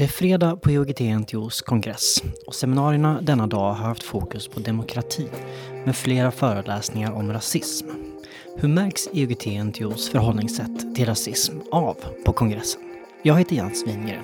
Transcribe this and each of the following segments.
Det är fredag på IOGT-NTOs kongress och seminarierna denna dag har haft fokus på demokrati med flera föreläsningar om rasism. Hur märks IOGT-NTOs förhållningssätt till rasism av på kongressen? Jag heter Jens Wingren.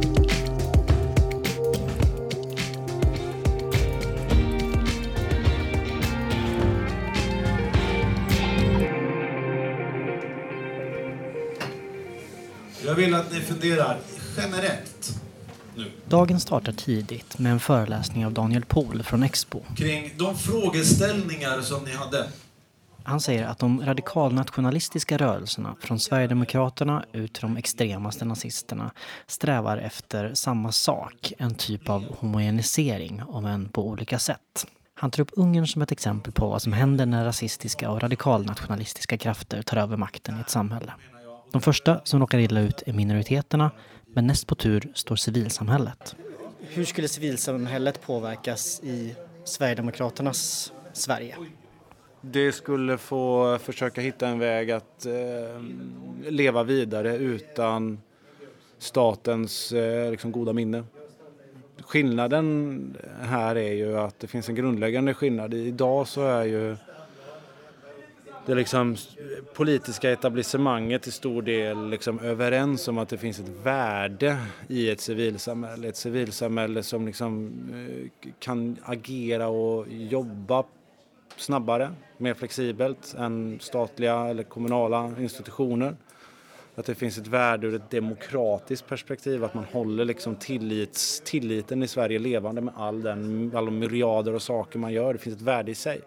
Jag vill att ni funderar generellt nu. Dagen startar tidigt med en föreläsning av Daniel Pohl från Expo. Kring de frågeställningar som ni hade. Han säger att de radikalnationalistiska rörelserna från Sverigedemokraterna ut till de extremaste nazisterna strävar efter samma sak, en typ av homogenisering, om än på olika sätt. Han tar upp Ungern som ett exempel på vad som händer när rasistiska och radikalnationalistiska krafter tar över makten i ett samhälle. De första som råkar illa ut är minoriteterna, men näst på tur står civilsamhället. Hur skulle civilsamhället påverkas i Sverigedemokraternas Sverige? Det skulle få försöka hitta en väg att leva vidare utan statens goda minne. Skillnaden här är ju att det finns en grundläggande skillnad. Idag så är ju det politiska etablissemanget till stor del överens om att det finns ett värde i ett civilsamhälle. Ett civilsamhälle som kan agera och jobba snabbare, mer flexibelt än statliga eller kommunala institutioner. Att det finns ett värde ur ett demokratiskt perspektiv, att man håller tilliten i Sverige levande med alla myriader och saker man gör. Det finns ett värde i sig.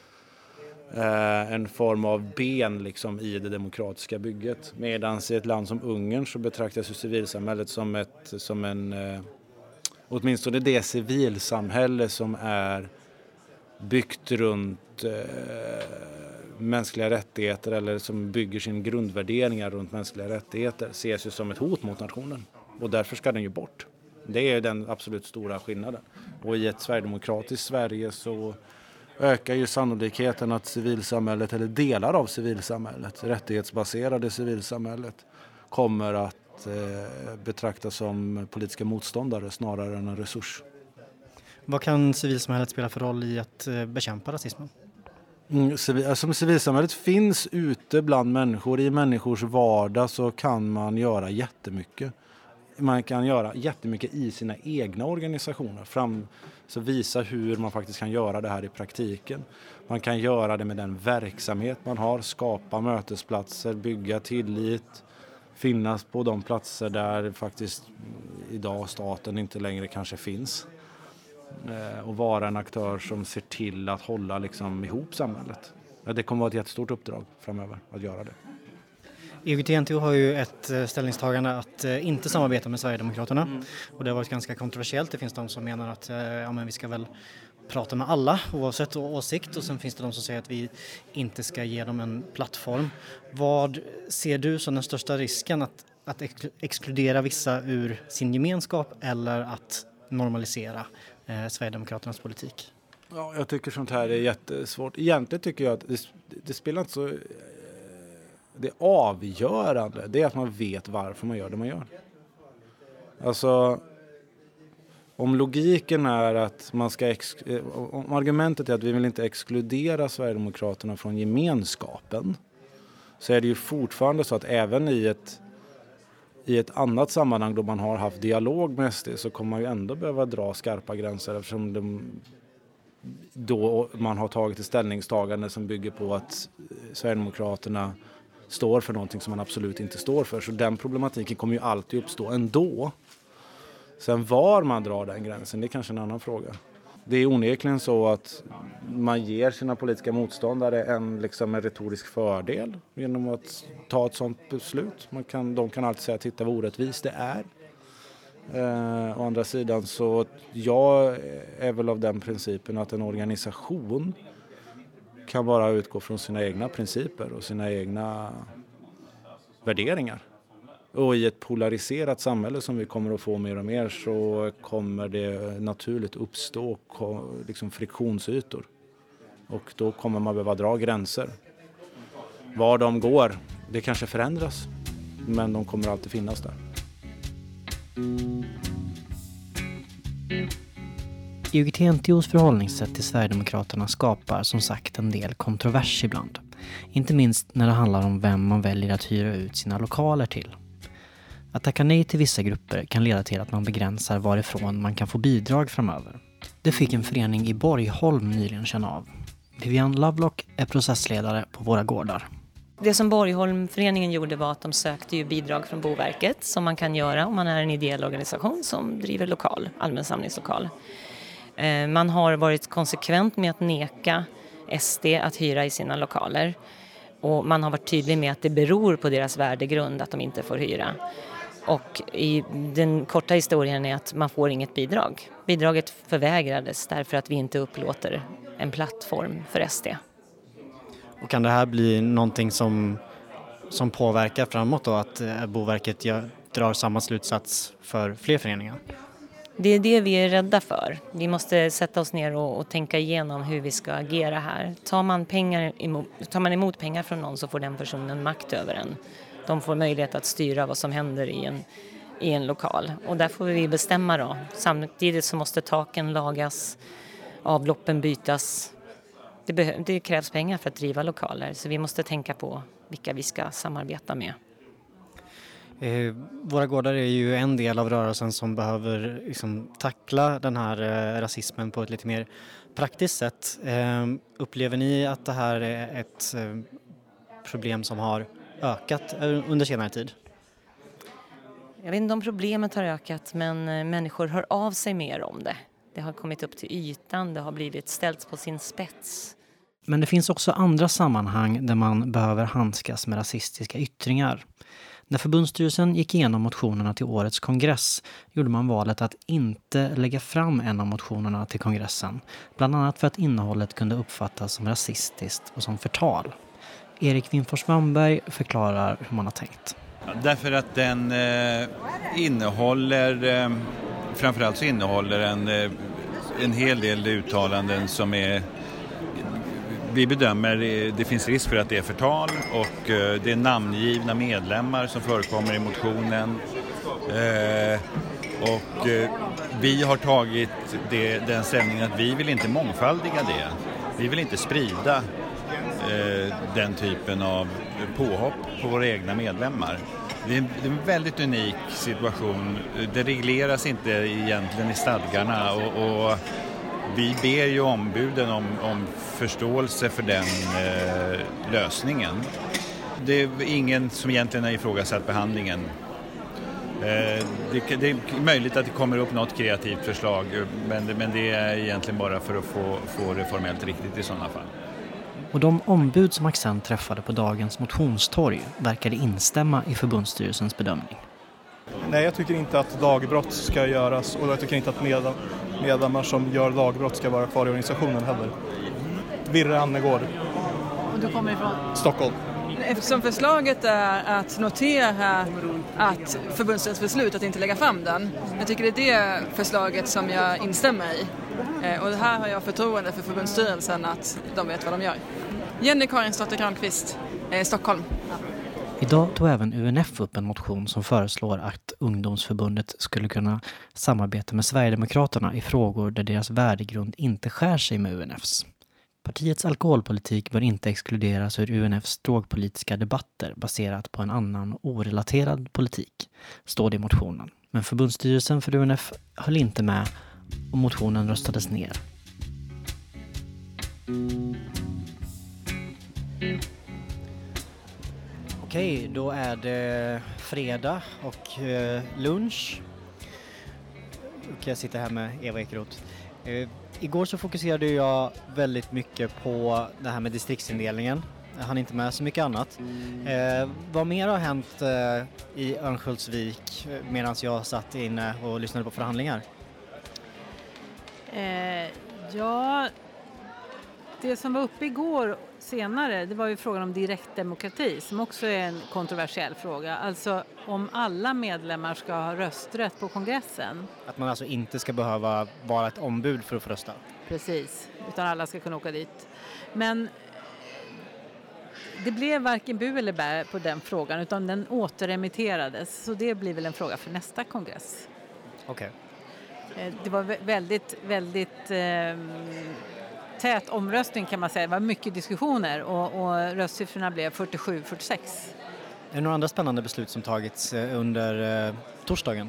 En form av ben i det demokratiska bygget. Medan i ett land som Ungern så betraktas ju civilsamhället som en åtminstone det civilsamhälle som är byggt runt mänskliga rättigheter eller som bygger sin grundvärderingar runt mänskliga rättigheter ses ju som ett hot mot nationen. Och därför ska den ju bort. Det är den absolut stora skillnaden. Och i ett sverigedemokratiskt Sverige så ökar ju sannolikheten att civilsamhället eller delar av civilsamhället, rättighetsbaserade civilsamhället, kommer att betraktas som politiska motståndare snarare än en resurs. Vad kan civilsamhället spela för roll i att bekämpa rasismen? Civilsamhället finns ute bland människor. I människors vardag så kan man göra jättemycket. Man kan göra jättemycket i sina egna organisationer. Så visa hur man faktiskt kan göra det här i praktiken. Man kan göra det med den verksamhet man har. Skapa mötesplatser, bygga tillit. Finnas på de platser där faktiskt idag staten inte längre kanske finns. Och vara en aktör som ser till att hålla ihop samhället. Det kommer vara ett jättestort uppdrag framöver att göra det. IOGT-NTO har ju ett ställningstagande att inte samarbeta med Sverigedemokraterna. Och det har varit ganska kontroversiellt. Det finns de som menar att vi ska väl prata med alla oavsett åsikt. Och sen finns det de som säger att vi inte ska ge dem en plattform. Vad ser du som den största risken att exkludera vissa ur sin gemenskap eller att normalisera Sverigedemokraternas politik? Ja, jag tycker sånt här är jättesvårt. Egentligen tycker jag att det spelar inte så... Det avgörande, det är att man vet varför man gör det man gör. Alltså, om logiken är att man ska... Om argumentet är att vi vill inte exkludera Sverigedemokraterna från gemenskapen, så är det ju fortfarande så att även i ett annat sammanhang då man har haft dialog med SD så kommer man ju ändå behöva dra skarpa gränser eftersom då man har tagit ett ställningstagande som bygger på att Sverigedemokraterna står för någonting som man absolut inte står för. Så den problematiken kommer ju alltid uppstå ändå. Sen var man drar den gränsen, det är kanske en annan fråga. Det är onekligen så att man ger sina politiska motståndare en retorisk fördel genom att ta ett sådant beslut. De kan alltid säga, titta vad orättvist det är. Å andra sidan så jag är väl av den principen att en organisation kan bara utgå från sina egna principer och sina egna värderingar. Och i ett polariserat samhälle som vi kommer att få mer och mer så kommer det naturligt uppstå friktionsytor. Och då kommer man behöva dra gränser. Var de går, det kanske förändras, men de kommer alltid finnas där. IOGT-NTOs förhållningssätt till Sverigedemokraterna skapar som sagt en del kontrovers ibland. Inte minst när det handlar om vem man väljer att hyra ut sina lokaler till. Att tacka nej till vissa grupper kan leda till att man begränsar varifrån man kan få bidrag framöver. Det fick en förening i Borgholm nyligen känna av. Vivian Lovelock är processledare på Våra gårdar. Det som Borgholmföreningen gjorde var att de sökte ju bidrag från Boverket som man kan göra om man är en ideell organisation som driver allmän samlingslokal. Man har varit konsekvent med att neka SD att hyra i sina lokaler. Och man har varit tydlig med att det beror på deras värdegrund att de inte får hyra. Och i den korta historien är att man får inget bidrag. Bidraget förvägrades därför att vi inte upplåter en plattform för SD. Och kan det här bli någonting som påverkar framåt då, att Boverket drar samma slutsats för fler föreningar? Det är det vi är rädda för. Vi måste sätta oss ner och tänka igenom hur vi ska agera här. Tar man emot pengar från någon så får den personen makt över en. De får möjlighet att styra vad som händer i en lokal. Och där får vi bestämma då. Samtidigt så måste taken lagas, avloppen bytas. Det krävs pengar för att driva lokaler, så vi måste tänka på vilka vi ska samarbeta med. Våra gårdar är ju en del av rörelsen som behöver tackla den här rasismen på ett lite mer praktiskt sätt. Upplever ni att det här är ett problem som har ökat under senare tid? Jag vet inte om problemet har ökat, men människor hör av sig mer om det. Det har kommit upp till ytan, det har blivit ställts på sin spets. Men det finns också andra sammanhang där man behöver handskas med rasistiska yttringar. När förbundsstyrelsen gick igenom motionerna till årets kongress gjorde man valet att inte lägga fram en av motionerna till kongressen. Bland annat för att innehållet kunde uppfattas som rasistiskt och som förtal. Erik Winfors-Wamberg förklarar hur man har tänkt. Därför att den innehåller, framförallt så innehåller en hel del uttalanden som vi bedömer det finns risk för att det är förtal, och det är namngivna medlemmar som förekommer i motionen. Och vi har tagit den ställningen att vi vill inte mångfaldiga det. Vi vill inte sprida den typen av påhopp på våra egna medlemmar. Det är en väldigt unik situation. Det regleras inte egentligen i stadgarna, och vi ber ju ombuden om förståelse för den lösningen. Det är ingen som egentligen har ifrågasatt behandlingen. Det är möjligt att det kommer upp något kreativt förslag, men det är egentligen bara för att få det formellt riktigt i sådana fall. Och de ombud som Accent träffade på dagens motionstorg verkade instämma i förbundsstyrelsens bedömning. Nej, jag tycker inte att dagbrott ska göras, och jag tycker inte att medlemmar som gör dagbrott ska vara kvar i organisationen heller. Virre Annegård. Och du kommer ifrån? Stockholm. Eftersom förslaget är att notera att förbundsstyrelsens beslut att inte lägga fram den. Jag tycker det är det förslaget som jag instämmer i. Och det här har jag förtroende för förbundsstyrelsen att de vet vad de gör. Jenny Karinsdotter Granqvist, Stockholm. Idag tog även UNF upp en motion som föreslår att ungdomsförbundet skulle kunna samarbeta med Sverigedemokraterna i frågor där deras värdegrund inte skär sig med UNFs. Partiets alkoholpolitik bör inte exkluderas ur UNFs drogpolitiska debatter baserat på en annan orelaterad politik, står det i motionen. Men förbundsstyrelsen för UNF höll inte med och motionen röstades ner. Okej, då är det fredag och lunch. Och jag sitter här med Eva Ekeroth. Igår så fokuserade jag väldigt mycket på det här med distriktsindelningen. Jag hann inte med så mycket annat. Vad mer har hänt i Örnsköldsvik medan jag satt inne och lyssnade på förhandlingar? Ja, det som var uppe igår senare, det var ju frågan om direktdemokrati som också är en kontroversiell fråga. Alltså om alla medlemmar ska ha rösträtt på kongressen. Att man alltså inte ska behöva vara ett ombud för att få rösta? Precis, utan alla ska kunna åka dit. Men det blev varken bu eller bä på den frågan, utan den återremitterades. Så det blir väl en fråga för nästa kongress. Okej. Det var väldigt tät omröstning kan man säga. Det var mycket diskussioner och röstsiffrorna blev 47-46. Är det några andra spännande beslut som tagits under torsdagen?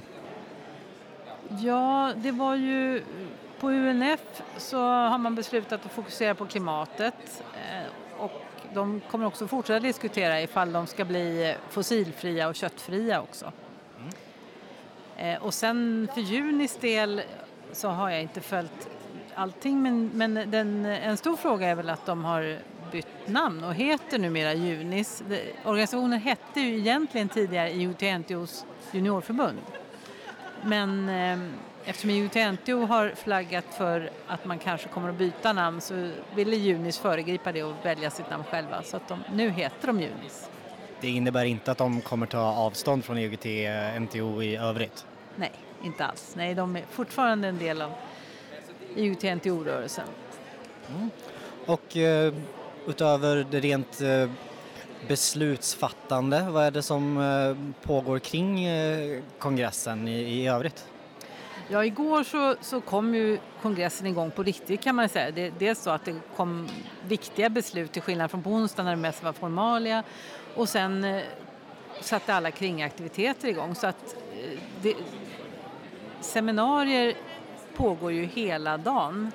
Ja, det var ju på UNF så har man beslutat att fokusera på klimatet och de kommer också fortsätta diskutera ifall de ska bli fossilfria och köttfria också. Och sen för junis del så har jag inte följt allting men en stor fråga är väl att de har bytt namn och heter numera Junis. Organisationen hette ju egentligen tidigare IOGT-NTOs juniorförbund. Men eftersom IOGT-NTO har flaggat för att man kanske kommer att byta namn så ville Junis föregripa det och välja sitt namn själva. Så att nu heter de Junis. Det innebär inte att de kommer ta avstånd från IOGT-NTO i övrigt? Nej, inte alls. Nej, de är fortfarande en del av IOGT-NTO-rörelsen. Och utöver det rent beslutsfattande, vad är det som pågår kring kongressen i övrigt? Ja, igår så kom ju kongressen igång på riktigt kan man säga. Det är så att det kom viktiga beslut till skillnad från på onsdagen när det mest var formalia och sen satte alla kringaktiviteter igång. Så att seminarier pågår ju hela dagen,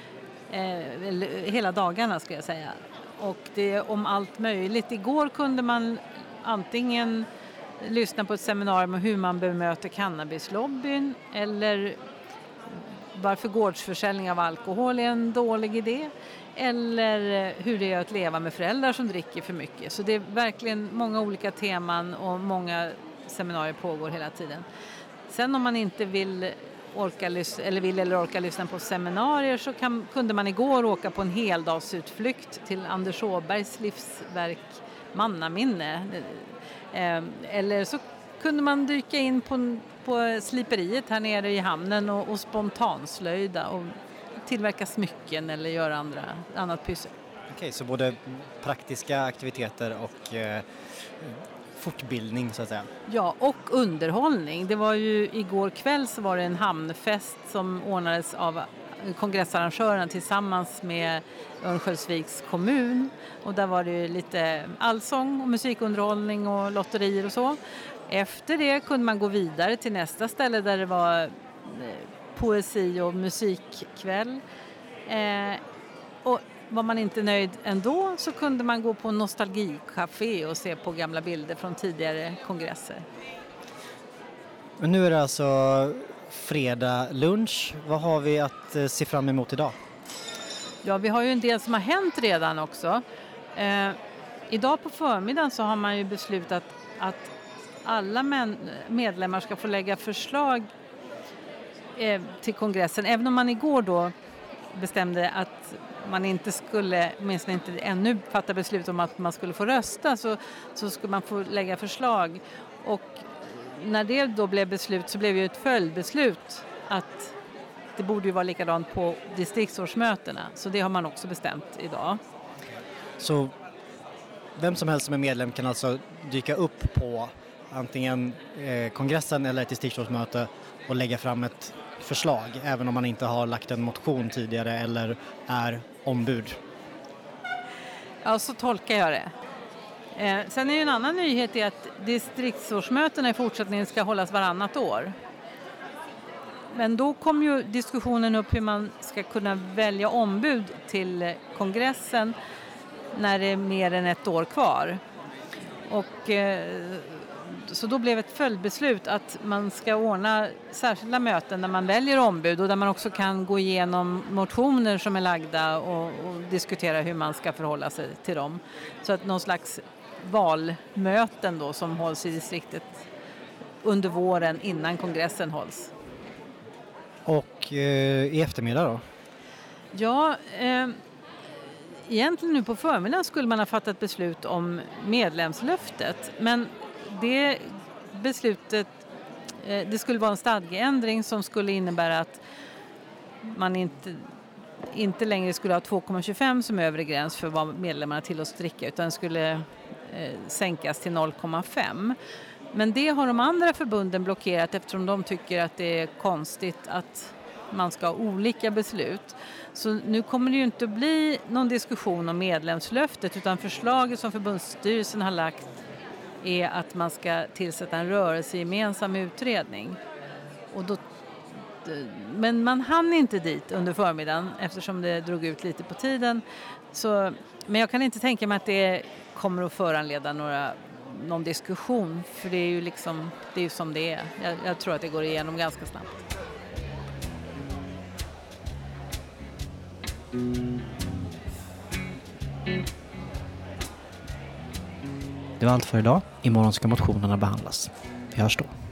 eller hela dagarna ska jag säga. Och det är om allt möjligt. Igår kunde man antingen lyssna på ett seminarium om hur man bemöter cannabislobbyn eller varför gårdsförsäljning av alkohol är en dålig idé eller hur det är att leva med föräldrar som dricker för mycket. Så det är verkligen många olika teman och många seminarier pågår hela tiden. Sen om man inte vill orka lyssna på seminarier så kunde man igår åka på en heldagsutflykt till Anders Åbergs livsverk Mannaminne. Eller så kunde man dyka in på sliperiet här nere i hamnen och spontanslöjda och tillverka smycken eller göra annat pyssel. Okej, så både praktiska aktiviteter och fortbildning så att säga. Ja, och underhållning. Det var ju igår kväll så var det en hamnfest som ordnades av kongressarrangörerna tillsammans med Örnsköldsviks kommun. Och där var det lite allsång och musikunderhållning och lotterier och så. Efter det kunde man gå vidare till nästa ställe där det var poesi och musikkväll. Och var man inte nöjd ändå så kunde man gå på en nostalgikafé och se på gamla bilder från tidigare kongresser. Men nu är det alltså fredag lunch. Vad har vi att se fram emot idag? Ja, vi har ju en del som har hänt redan också. Idag på förmiddagen så har man ju beslutat att alla medlemmar ska få lägga förslag till kongressen. Även om man igår då bestämde att man inte skulle, åtminstone inte ännu fatta beslut om att man skulle få rösta så skulle man få lägga förslag. Och när det då blev beslut så blev ju ett följdbeslut att det borde ju vara likadant på distriktsårsmötena. Så det har man också bestämt idag. Så vem som helst som är medlem kan alltså dyka upp på antingen kongressen eller ett distriktsårsmöte och lägga fram ett förslag, även om man inte har lagt en motion tidigare eller är ombud? Ja, så tolkar jag det. Sen är ju en annan nyhet är att distriktsårsmötena i fortsättningen ska hållas varannat år. Men då kom ju diskussionen upp hur man ska kunna välja ombud till kongressen när det är mer än ett år kvar. Och så då blev ett följdbeslut att man ska ordna särskilda möten där man väljer ombud och där man också kan gå igenom motioner som är lagda och diskutera hur man ska förhålla sig till dem. Så att någon slags valmöten då som hålls i distriktet under våren innan kongressen hålls. Och i eftermiddag då? Ja, egentligen nu på förmiddagen skulle man ha fattat beslut om medlemslöftet. Men det beslutet, det skulle vara en stadgeändring som skulle innebära att man inte längre skulle ha 2,25 som övre gräns för vad medlemmarna tillåts dricka utan skulle sänkas till 0,5. Men det har de andra förbunden blockerat eftersom de tycker att det är konstigt att man ska ha olika beslut. Så nu kommer det ju inte att bli någon diskussion om medlemslöftet, utan förslaget som förbundsstyrelsen har lagt är att man ska tillsätta en rörelsegemensam utredning. Och då, men man hann inte dit under förmiddagen eftersom det drog ut lite på tiden. Men jag kan inte tänka mig att det kommer att föranleda någon diskussion, för det är ju liksom, det är ju som det är. Jag tror att det går igenom ganska snabbt. Det var allt för idag. Imorgon ska motionerna behandlas. Vi hörs då.